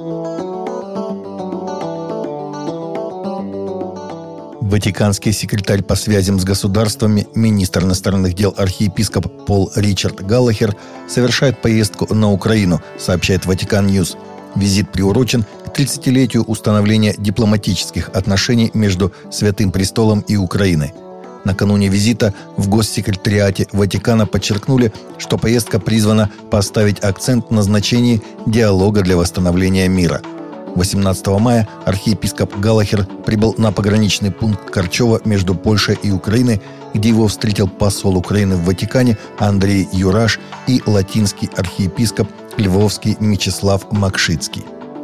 Ватиканский секретарь по связям с государствами, министр иностранных дел архиепископ Пол Ричард Галлахер совершает поездку на Украину, сообщает Ватикан Ньюс. Визит приурочен к 30-летию установления дипломатических отношений между Святым Престолом и Украиной. Накануне визита в Госсекретариате Ватикана подчеркнули, что поездка призвана поставить акцент на значении диалога для восстановления мира. 18 мая архиепископ Галлахер прибыл на пограничный пункт Корчова между Польшей и Украиной, где его встретил посол Украины в Ватикане Андрей Юраш и латинский архиепископ Львовский Мечислав Макшицкий.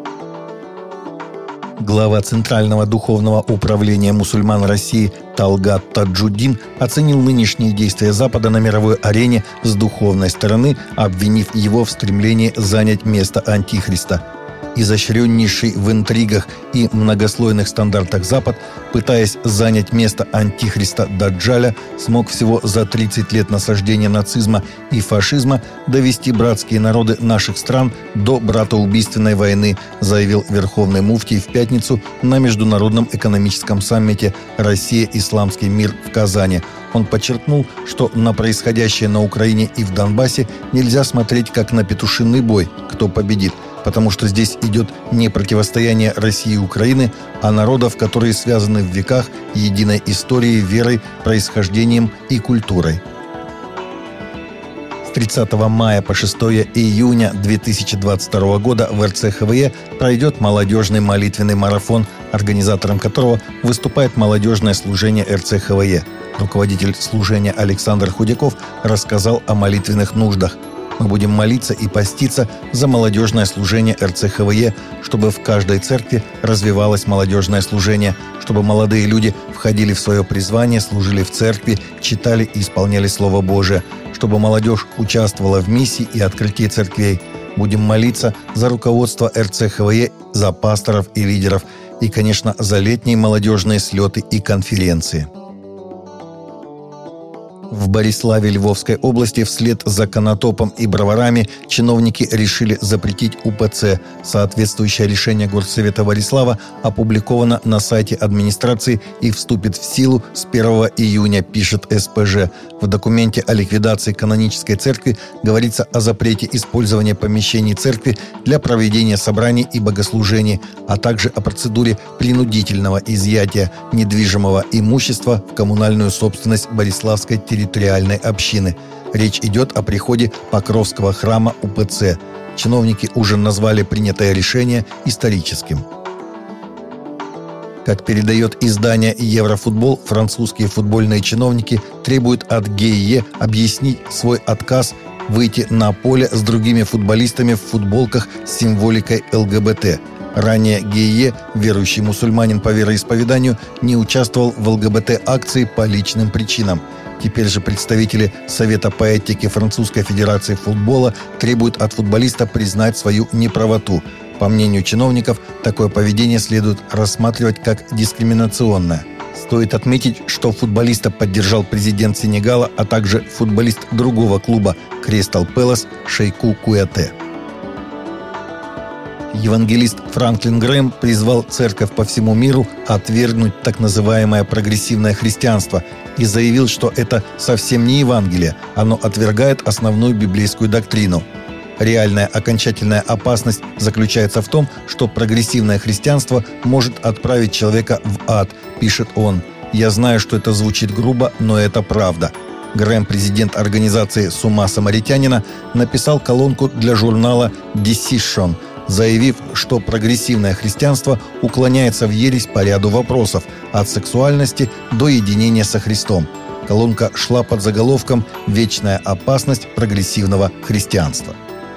Глава Центрального духовного управления мусульман России Талгат Таджуддин оценил нынешние действия Запада на мировой арене с духовной стороны, обвинив его в стремлении занять место Антихриста. Изощреннейший в интригах и многослойных стандартах Запад, пытаясь занять место антихриста Даджаля, смог всего за 30 лет насаждения нацизма и фашизма довести братские народы наших стран до братоубийственной войны, заявил верховный муфтий в пятницу на Международном экономическом саммите «Россия. Исламский мир» в Казани. Он подчеркнул, что на происходящее на Украине и в Донбассе нельзя смотреть как на петушиный бой, кто победит, потому что здесь идет не противостояние России и Украины, а народов, которые связаны в веках единой историей, верой, происхождением и культурой. С 30 мая по 6 июня 2022 года в РЦХВЕ пройдет молодежный молитвенный марафон, организатором которого выступает молодежное служение РЦХВЕ. Руководитель служения Александр Худяков рассказал о молитвенных нуждах. Мы будем молиться и поститься за молодежное служение РЦХВЕ, чтобы в каждой церкви развивалось молодежное служение, чтобы молодые люди входили в свое призвание, служили в церкви, читали и исполняли Слово Божие, чтобы молодежь участвовала в миссии и открытии церквей. Будем молиться за руководство РЦХВЕ, за пасторов и лидеров и, конечно, за летние молодежные слеты и конференции. В Бориславе Львовской области вслед за Конотопом и Броварами чиновники решили запретить УПЦ. Соответствующее решение Горсовета Борислава опубликовано на сайте администрации и вступит в силу с 1 июня, пишет СПЖ. В документе о ликвидации канонической церкви говорится о запрете использования помещений церкви для проведения собраний и богослужений, а также о процедуре принудительного изъятия недвижимого имущества в коммунальную собственность Бориславской территориальной общины. Речь идет о приходе Покровского храма УПЦ. Чиновники уже назвали принятое решение историческим. Как передает издание «Еврофутбол», французские футбольные чиновники требуют от ГИЕ объяснить свой отказ выйти на поле с другими футболистами в футболках с символикой ЛГБТ. Ранее ГИЕ, верующий мусульманин по вероисповеданию, не участвовал в ЛГБТ-акции по личным причинам. Теперь же представители Совета по этике Французской Федерации футбола требуют от футболиста признать свою неправоту. По мнению чиновников, такое поведение следует рассматривать как дискриминационное. Стоит отметить, что футболиста поддержал президент Сенегала, а также футболист другого клуба Кристал Пэлас Шейку Куяте. Евангелист Франклин Грэм призвал церковь по всему миру отвергнуть так называемое прогрессивное христианство и заявил, что это совсем не Евангелие, оно отвергает основную библейскую доктрину. Реальная окончательная опасность заключается в том, что прогрессивное христианство может отправить человека в ад, пишет он. «Я знаю, что это звучит грубо, но это правда». Грэм, президент организации «С ума самаритянина», написал колонку для журнала Decision, заявив, что прогрессивное христианство уклоняется в ересь по ряду вопросов, от сексуальности до единения со Христом. Колонка шла под заголовком «Вечная опасность прогрессивного христианства».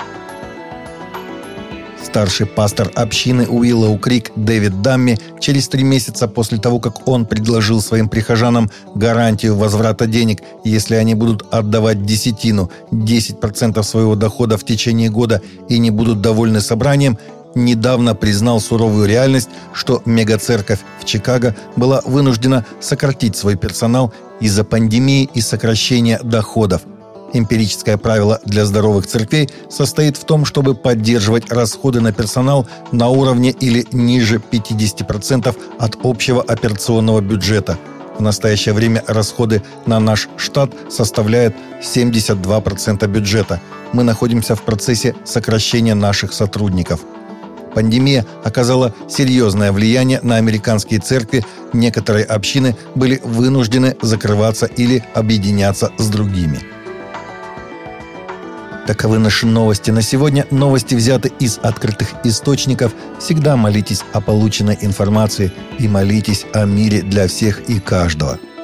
Старший пастор общины Уиллоу Крик Дэвид Дамми через 3 месяца после того, как он предложил своим прихожанам гарантию возврата денег, если они будут отдавать десятину, 10% своего дохода в течение года и не будут довольны собранием, недавно признал суровую реальность, что мегацерковь в Чикаго была вынуждена сократить свой персонал из-за пандемии и сокращения доходов. Эмпирическое правило для здоровых церквей состоит в том, чтобы поддерживать расходы на персонал на уровне или ниже 50% от общего операционного бюджета. В настоящее время расходы на наш штат составляют 72% бюджета. Мы находимся в процессе сокращения наших сотрудников. Пандемия оказала серьезное влияние на американские церкви. Некоторые общины были вынуждены закрываться или объединяться с другими. Таковы наши новости на сегодня. Новости взяты из открытых источников. Всегда молитесь о полученной информации и молитесь о мире для всех и каждого.